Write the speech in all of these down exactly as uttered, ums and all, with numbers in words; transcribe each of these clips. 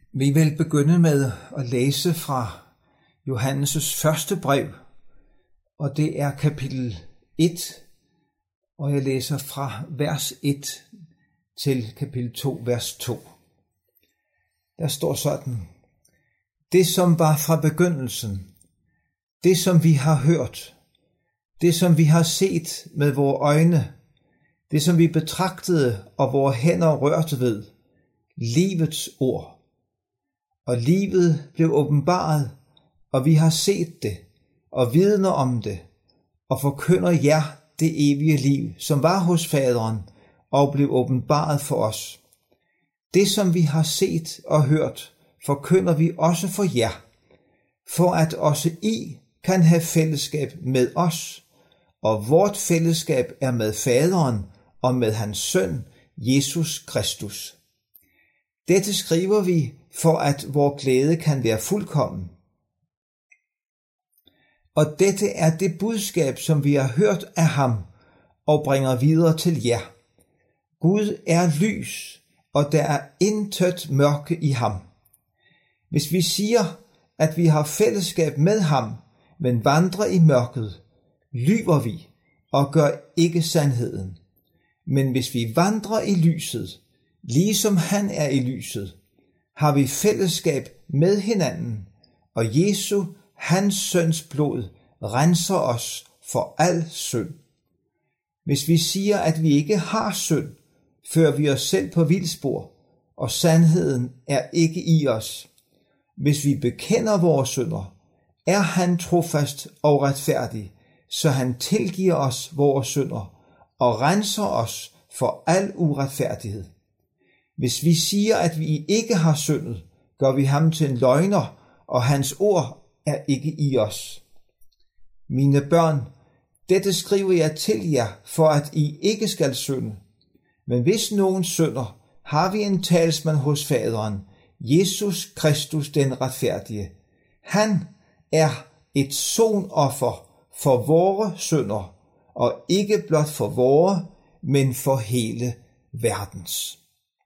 Vi vil begynde med at læse fra Johannes' første brev, og det er kapitel et, og jeg læser fra vers et til kapitel to, vers to. Der står sådan: Det, som var fra begyndelsen, det, som vi har hørt, det, som vi har set med vores øjne, det, som vi betragtede og vores hænder rørte ved, livets ord. Og livet blev åbenbaret, og vi har set det, og vidner om det, og forkynder jer det evige liv, som var hos Faderen, og blev åbenbaret for os. Det, som vi har set og hørt, forkynder vi også for jer, for at også I kan have fællesskab med os, og vort fællesskab er med Faderen og med hans søn, Jesus Kristus. Dette skriver vi, for at vor glæde kan være fuldkommen. Og dette er det budskab, som vi har hørt af ham, og bringer videre til jer. Gud er lys, og der er intet mørke i ham. Hvis vi siger, at vi har fællesskab med ham, men vandrer i mørket, lyver vi og gør ikke sandheden. Men hvis vi vandrer i lyset, ligesom han er i lyset, har vi fællesskab med hinanden, og Jesu, hans søns blod, renser os for al synd. Hvis vi siger, at vi ikke har synd, fører vi os selv på vildspor, og sandheden er ikke i os. Hvis vi bekender vores synder, er han trofast og retfærdig, så han tilgiver os vores synder og renser os for al uretfærdighed. Hvis vi siger, at vi ikke har syndet, gør vi ham til en løgner, og hans ord er ikke i os. Mine børn, dette skriver jeg til jer, for at I ikke skal synde. Men hvis nogen synder, har vi en talsmand hos Faderen, Jesus Kristus den retfærdige. Han er et sonoffer for vore synder, og ikke blot for vore, men for hele verdens.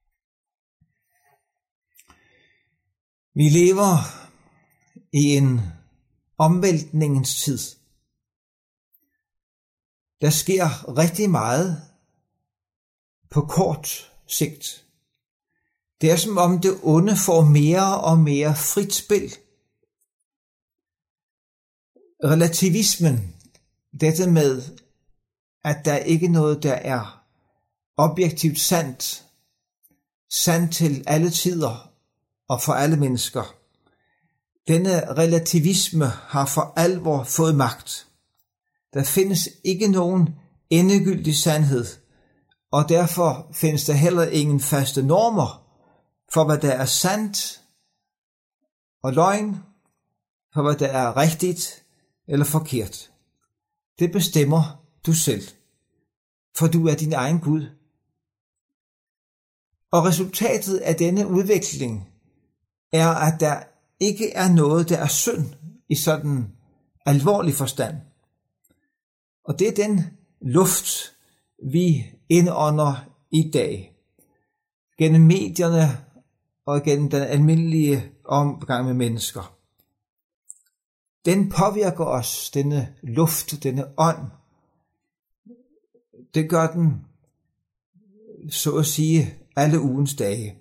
Vi lever i en omvæltningens tid. Der sker rigtig meget på kort sigt. Det er som om det onde får mere og mere frit spil. Relativismen, dette med, at der ikke er noget, der er objektivt sandt, sandt til alle tider og for alle mennesker. Denne relativisme har for alvor fået magt. Der findes ikke nogen endegyldig sandhed, og derfor findes der heller ingen faste normer for, hvad der er sandt og løgn, for hvad der er rigtigt eller forkert. Det bestemmer du selv, for du er din egen Gud. Og resultatet af denne udvikling er, at der ikke er noget, der er synd i sådan alvorlig forstand. Og det er den luft, vi indånder i dag, gennem medierne og gennem den almindelige omgang med mennesker. Den påvirker os, denne luft, denne ånd. Det gør den, så at sige, alle ugens dage.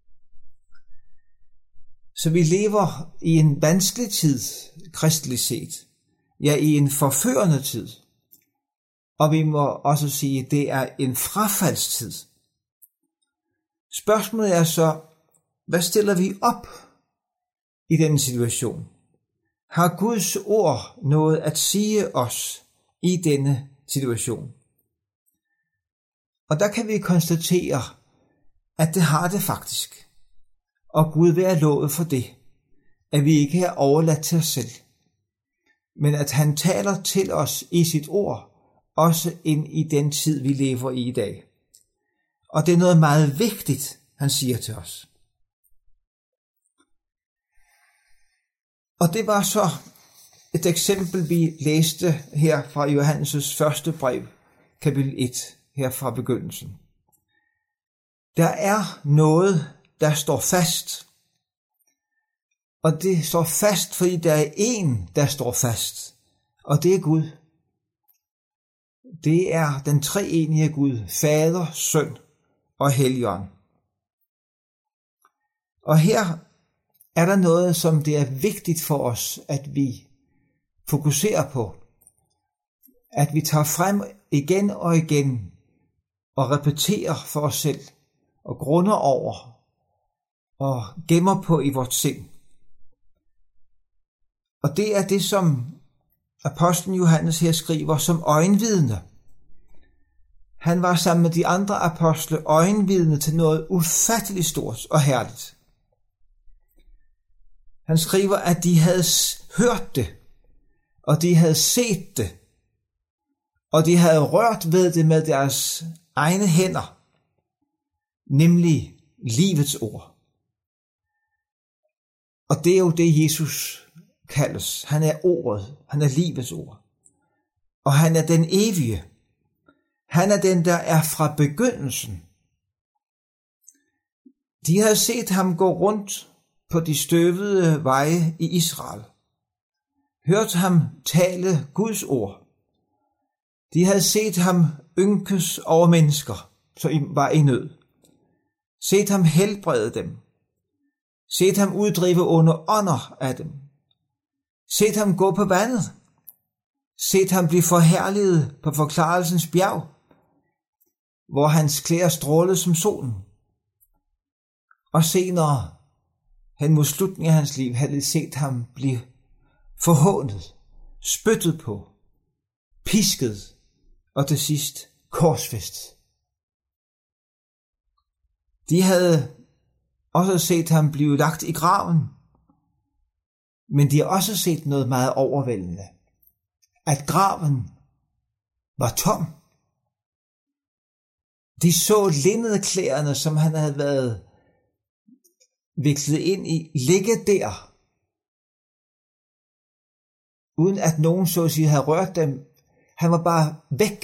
Så vi lever i en vanskelig tid, kristeligt set. Ja, i en forførende tid. Og vi må også sige, at det er en frafaldstid. Spørgsmålet er så, hvad stiller vi op i denne situation? Har Guds ord noget at sige os i denne situation? Og der kan vi konstatere, at det har det faktisk. Og Gud være lovet for det, at vi ikke er overladt til os selv, men at han taler til os i sit ord, også ind i den tid, vi lever i i dag. Og det er noget meget vigtigt, han siger til os. Og det var så et eksempel, vi læste her fra Johannes' første brev, kapitel et, her fra begyndelsen. Der er noget, der står fast, Og det står fast, fordi der er en, der står fast, og det er Gud. Det er den treenige Gud, Fader, Søn og Helligånd. Og her er der noget, som det er vigtigt for os, at vi fokuserer på. At vi tager frem igen og igen og repeterer for os selv og grunder over og gemmer på i vores sind. Og det er det, som apostlen Johannes her skriver som øjenvidne. Han var sammen med de andre apostle øjenvidne til noget ufatteligt stort og herligt. Han skriver, at de havde hørt det, og de havde set det, og de havde rørt ved det med deres egne hænder, nemlig livets ord. Og det er jo det, Jesus kaldes. Han er ordet, han er livets ord. Og han er den evige. Han er den, der er fra begyndelsen. De havde set ham gå rundt på de støvede veje i Israel. Hørt ham tale Guds ord. De havde set ham ynkes over mennesker, som var i nød. Set ham helbrede dem. Set ham uddrive under ånder af dem. Set ham gå på vandet. Set ham blive forherliget på forklarelsens bjerg, hvor hans klæder strålede som solen. Og senere, hen mod slutningen af hans liv, havde de set ham blive forhånet, spyttet på, pisket og til sidst korsfæstet. De havde også set ham blive lagt i graven, men de har også set noget meget overvældende, at graven var tom. De så linnedklæderne, som han havde været viklet ind i, ligge der, uden at nogen så at sige havde rørt dem. Han var bare væk,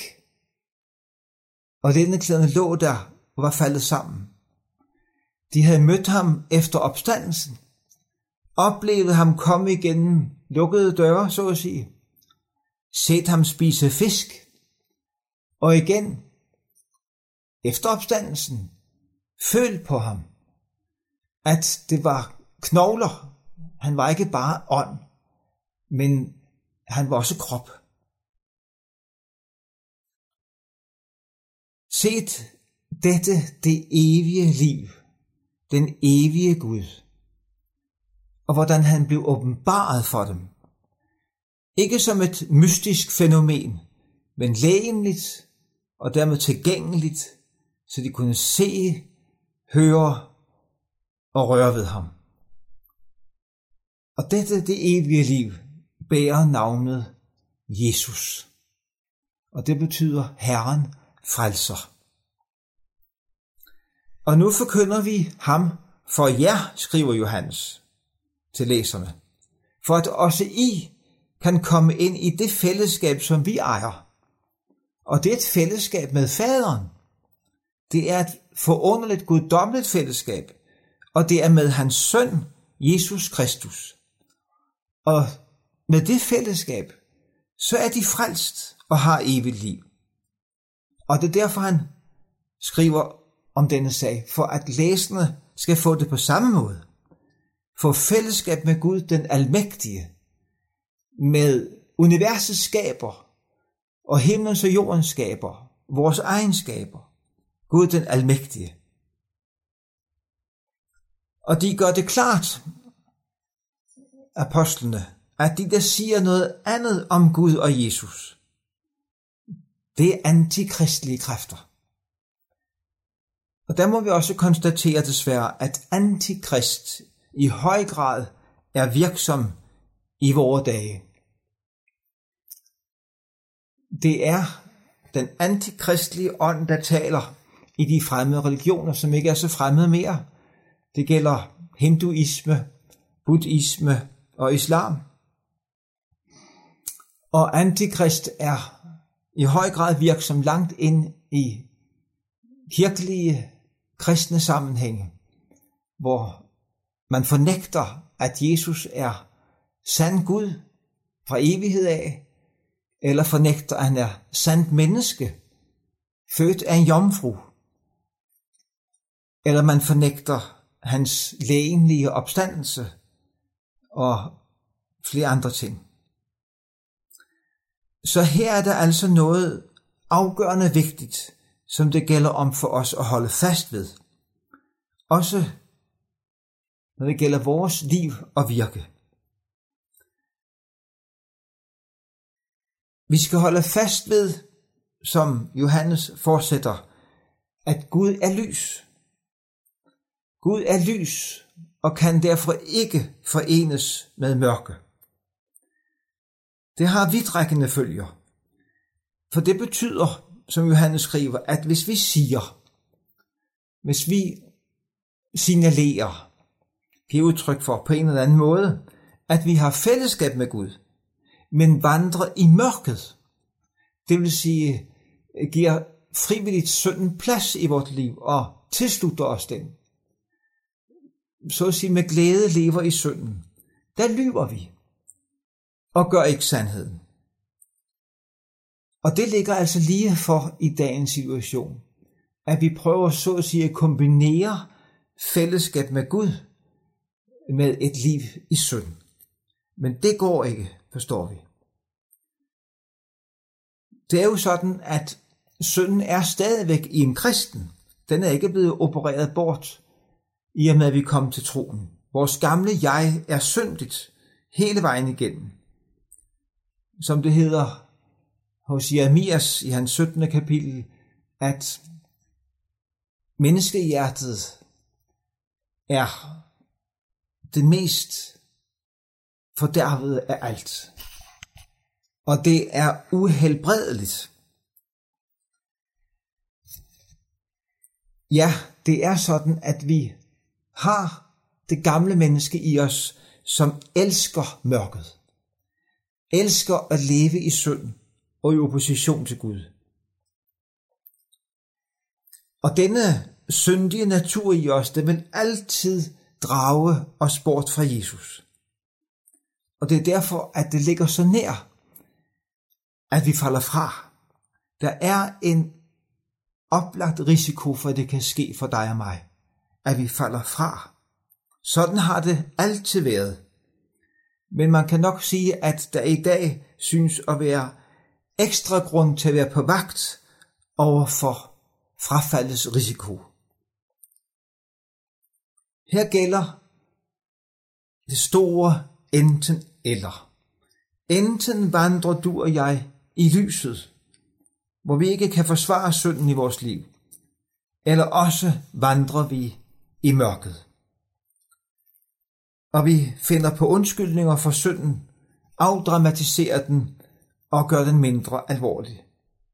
og linnedklæderne lå der og var faldet sammen. De havde mødt ham efter opstandelsen, oplevet ham komme igennem lukkede døre, så at sige, set ham spise fisk, og igen, efter opstandelsen, følt på ham, at det var knogler. Han var ikke bare ånd, men han var også krop. Set dette det evige liv, den evige Gud, og hvordan han blev åbenbaret for dem. Ikke som et mystisk fænomen, men legemligt og dermed tilgængeligt, så de kunne se, høre og røre ved ham. Og dette, det evige liv, bærer navnet Jesus. Og det betyder Herren frelser. Og nu forkynder vi ham for jer, skriver Johannes til læserne, for at også I kan komme ind i det fællesskab, som vi ejer. Og det er et fællesskab med faderen. Det er et forunderligt guddommeligt fællesskab, og det er med hans søn, Jesus Kristus. Og med det fællesskab, så er de frelst og har evigt liv. Og det er derfor, han skriver om denne sag, for at læserne skal få det på samme måde. Få fællesskab med Gud, den almægtige, med universets skaber og himlens og jordens skaber, vores egenskaber, Gud den almægtige. Og de gør det klart, apostlene, at de der siger noget andet om Gud og Jesus, det er antikristlige kræfter. Og der må vi også konstatere desværre, at antikrist i høj grad er virksom i vore dage. Det er den antikristlige ånd, der taler i de fremmede religioner, som ikke er så fremmede mere. Det gælder hinduisme, buddhisme og islam. Og antikrist er i høj grad virksom langt ind i kirkelige kristne sammenhænge, hvor Man fornægter, at Jesus er sand Gud fra evighed af, eller fornægter, at han er sandt menneske, født af en jomfru, eller man fornægter hans legemlige opstandelse og flere andre ting. Så her er der altså noget afgørende vigtigt, som det gælder om for os at holde fast ved. Også når det gælder vores liv og virke. Vi skal holde fast ved, som Johannes fortsætter, at Gud er lys. Gud er lys og kan derfor ikke forenes med mørke. Det har vidtrækkende følger. For det betyder, som Johannes skriver, at hvis vi siger, hvis vi signalerer, giver udtryk for på en eller anden måde, at vi har fællesskab med Gud, men vandrer i mørket, det vil sige, giver frivilligt synden plads i vores liv og tilslutter os den, så at sige med glæde lever i synden, der lyver vi og gør ikke sandheden. Og det ligger altså lige for i dagens situation, at vi prøver så at sige at kombinere fællesskab med Gud med et liv i synd. Men det går ikke, forstår vi. Det er jo sådan, at synden er stadigvæk i en kristen. Den er ikke blevet opereret bort, i og med at vi kom til troen. Vores gamle jeg er syndigt hele vejen igennem. Som det hedder hos Jeremias i hans syttende kapitel, at menneskehjertet er det mest fordærvede af alt. Og det er uhelbredeligt. Ja, det er sådan, at vi har det gamle menneske i os, som elsker mørket. Elsker at leve i synd og i opposition til Gud. Og denne syndige natur i os, den vil altid drage os bort fra Jesus. Og det er derfor, at det ligger så nær, at vi falder fra. Der er en oplagt risiko for, at det kan ske for dig og mig, at vi falder fra. Sådan har det altid været. Men man kan nok sige, at der i dag synes at være ekstra grund til at være på vagt over for frafaldets risiko. Her gælder det store enten eller. Enten vandrer du og jeg i lyset, hvor vi ikke kan forsvare synden i vores liv, eller også vandrer vi i mørket. Og vi finder på undskyldninger for synden, afdramatiserer den og gør den mindre alvorlig.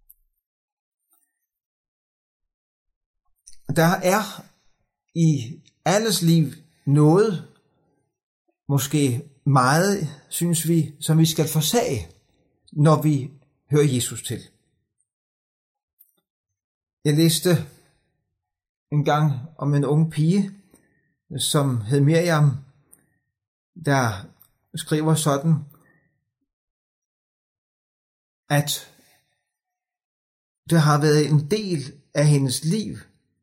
Der er i alles liv noget, måske meget, synes vi, som vi skal forsage, når vi hører Jesus til. Jeg læste en gang om en ung pige, som hed Miriam, der skriver sådan, at det har været en del af hendes liv,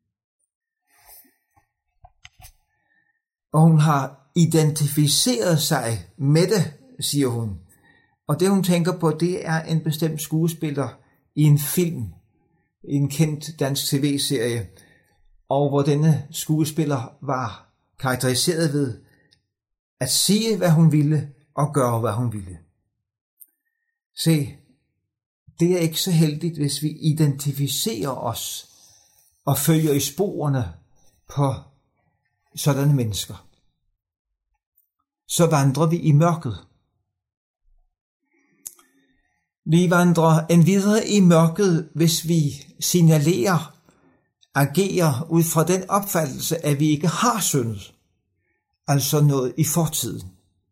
og hun har identificeret sig med det, siger hun. Og det hun tænker på, det er en bestemt skuespiller i en film, i en kendt dansk tv-serie, og hvor denne skuespiller var karakteriseret ved at sige, hvad hun ville, og gøre, hvad hun ville. Se, det er ikke så heldigt, hvis vi identificerer os og følger i sporene på sådanne mennesker. Så vandrer vi i mørket. Vi vandrer endvidere i mørket, hvis vi signalerer, agerer ud fra den opfattelse, at vi ikke har syndet, altså noget i fortiden.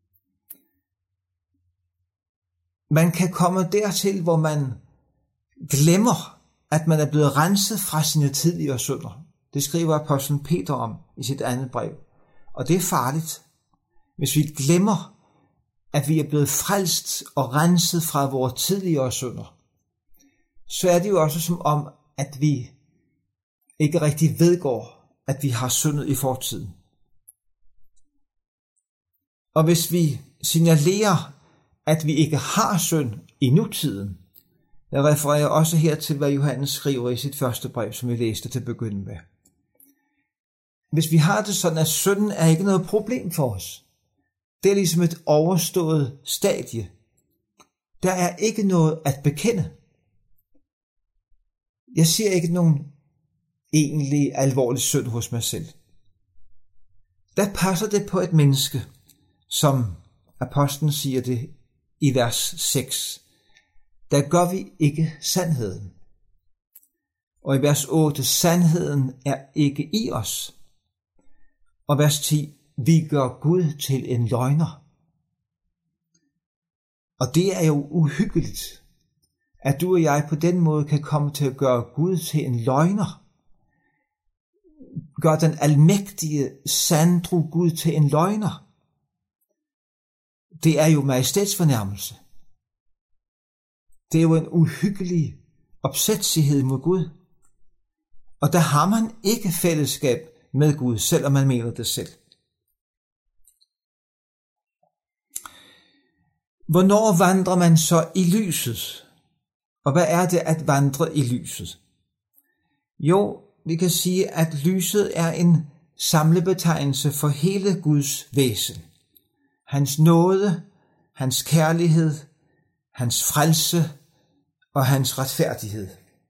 Man kan komme dertil, hvor man glemmer, at man er blevet renset fra sine tidligere synder. Det skriver apostlen Peter om i sit andet brev. Og det er farligt, hvis vi glemmer, at vi er blevet frelst og renset fra vores tidligere synder. Så er det jo også som om, at vi ikke rigtig vedgår, at vi har syndet i fortiden. Og hvis vi signalerer, at vi ikke har synd i nutiden, jeg refererer også her til, hvad Johannes skriver i sit første brev, som vi læste til at begynde med. Hvis vi har det sådan, at synden er ikke noget problem for os, det er ligesom et overstået stadie. Der er ikke noget at bekende. Jeg ser ikke nogen egentlig alvorlig synd hos mig selv. Der passer det på et menneske, som apostlen siger det i vers seks. Der gør vi ikke sandheden. Og i vers otte, sandheden er ikke i os. Og vers ti, vi gør Gud til en løgner. Og det er jo uhyggeligt, at du og jeg på den måde kan komme til at gøre Gud til en løgner. Gør den almægtige, sandro Gud til en løgner. Det er jo majestætsfornærmelse. Det er jo en uhyggelig opsætsighed mod Gud. Og der har man ikke fællesskab med Gud, selvom man mener det selv. Hvornår vandrer man så i lyset? Og hvad er det at vandre i lyset? Jo, vi kan sige, at lyset er en samlebetegnelse for hele Guds væsen. Hans nåde, hans kærlighed, hans frelse og hans retfærdighed.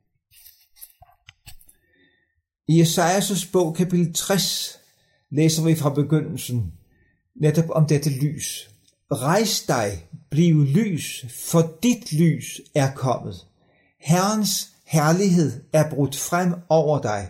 I Esajas bog kapitel tres læser vi fra begyndelsen netop om dette lys. Rejs dig, bliv lys, for dit lys er kommet. Herrens herlighed er brudt frem over dig.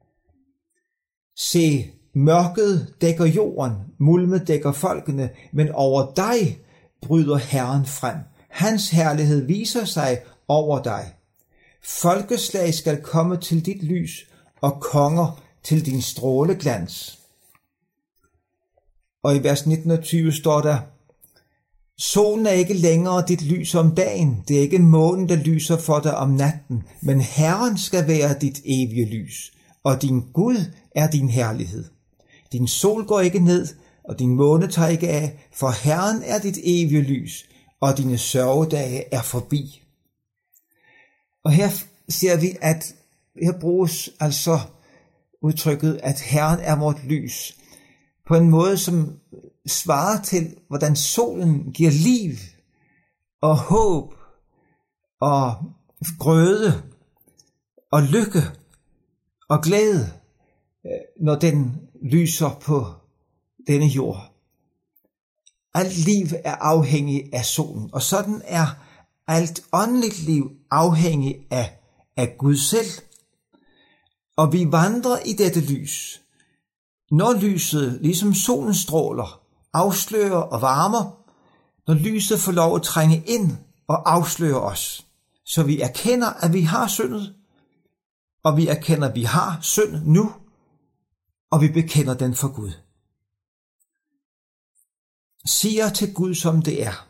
Se, mørket dækker jorden, mulmet dækker folkene, men over dig bryder Herren frem. Hans herlighed viser sig over dig. Folkeslag skal komme til dit lys, og konger til din stråleglans. Og i vers nitten og tyve står der, solen er ikke længere dit lys om dagen, det er ikke månen, der lyser for dig om natten, men Herren skal være dit evige lys, og din Gud er din herlighed. Din sol går ikke ned, og din måne tager ikke af, for Herren er dit evige lys, og dine sørgedage er forbi. Og her ser vi, at her bruges altså udtrykket, at Herren er vort lys, på en måde, som svarer til, hvordan solen giver liv og håb og grøde og lykke og glæde, når den lyser på denne jord. Alt liv er afhængig af solen, og sådan er alt åndeligt liv afhængig af, af Gud selv. Og vi vandrer i dette lys. Når lyset, ligesom solens stråler, afslører og varmer, når lyset får lov at trænge ind og afsløre os, så vi erkender, at vi har syndet, og vi erkender, at vi har synd nu, og vi bekender den for Gud. Siger til Gud, som det er.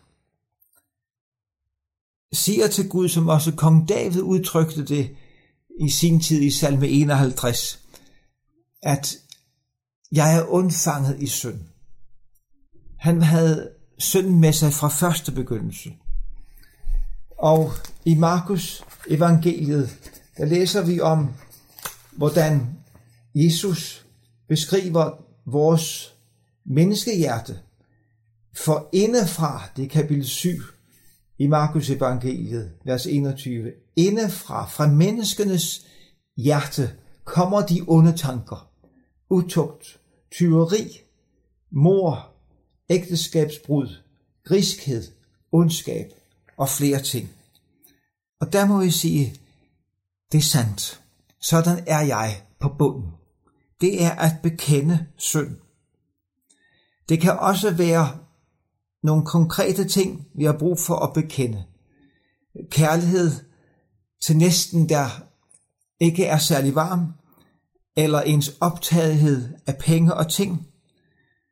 Siger til Gud, som også kong David udtrykte det i sin tid i salme enoghalvtreds, at jeg er undfanget i synd. Han havde synden med sig fra første begyndelse. Og i Markus evangeliet, der læser vi om, hvordan Jesus beskriver vores menneskehjerte. For indefra, det er kapitel syv i Markus evangeliet, vers enogtyve, indefra, fra menneskenes hjerte, kommer de onde tanker, utugt, tyveri, mord, ægteskabsbrud, griskhed, ondskab og flere ting. Og der må vi sige, det er sandt. Sådan er jeg på bunden. Det er at bekende synd. Det kan også være nogle konkrete ting, vi har brug for at bekende. Kærlighed til næsten, der ikke er særlig varm, eller ens optagethed af penge og ting.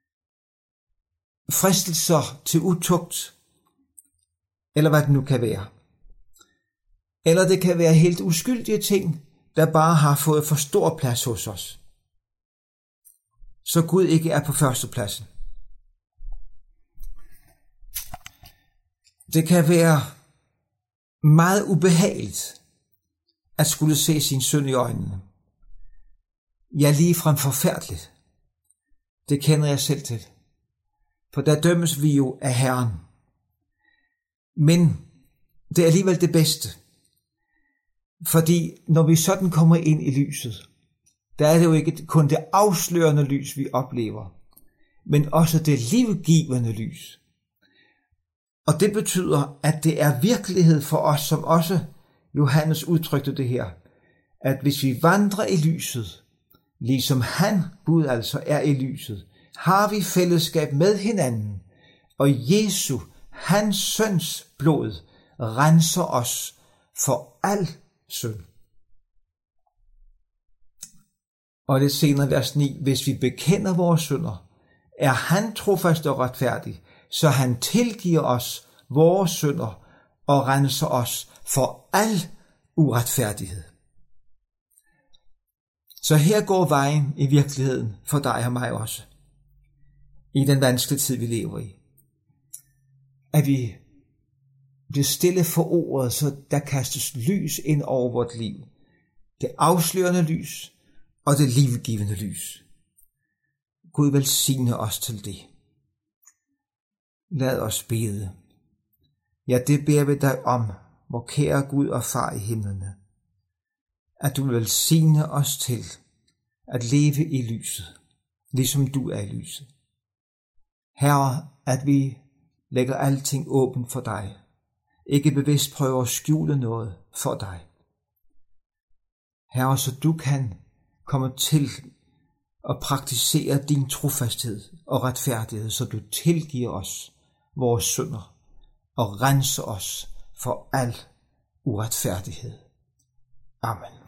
fristelser til utugt, eller hvad det nu kan være. Eller det kan være helt uskyldige ting, der bare har fået for stor plads hos os. Så Gud ikke er på førstepladsen. Det kan være meget ubehageligt at skulle se sin synd i øjnene. Ja, ligefrem forfærdeligt. Det kender jeg selv til. For der dømmes vi jo af Herren. Men det er alligevel det bedste. Fordi når vi sådan kommer ind i lyset, der er det jo ikke kun det afslørende lys, vi oplever, men også det livgivende lys. Og det betyder, at det er virkelighed for os, som også Johannes udtrykte det her, at hvis vi vandrer i lyset, ligesom han, Gud altså, er i lyset, har vi fællesskab med hinanden, og Jesu, hans søns blod, renser os for al synd. Og det senere vers ni, hvis vi bekender vores synder, er han trofast og retfærdig, så han tilgiver os vores synder og renser os for al uretfærdighed. Så her går vejen i virkeligheden for dig og mig også, i den vanskelige tid, vi lever i. At vi bliver stille for ordet, så der kastes lys ind over vort liv. Det afslørende lys og det livgivende lys. Gud velsigne os til det. Lad os bede. Ja, det beder vi dig om, vor kære Gud og Far i himlene, at du vil velsigne os til at leve i lyset, ligesom du er i lyset. Herre, at vi lægger alting åbent for dig, ikke bevidst prøver at skjule noget for dig. Herre, så du kan komme til at praktisere din trofasthed og retfærdighed, så du tilgiver os vores synder og renser os for al uretfærdighed. Amen.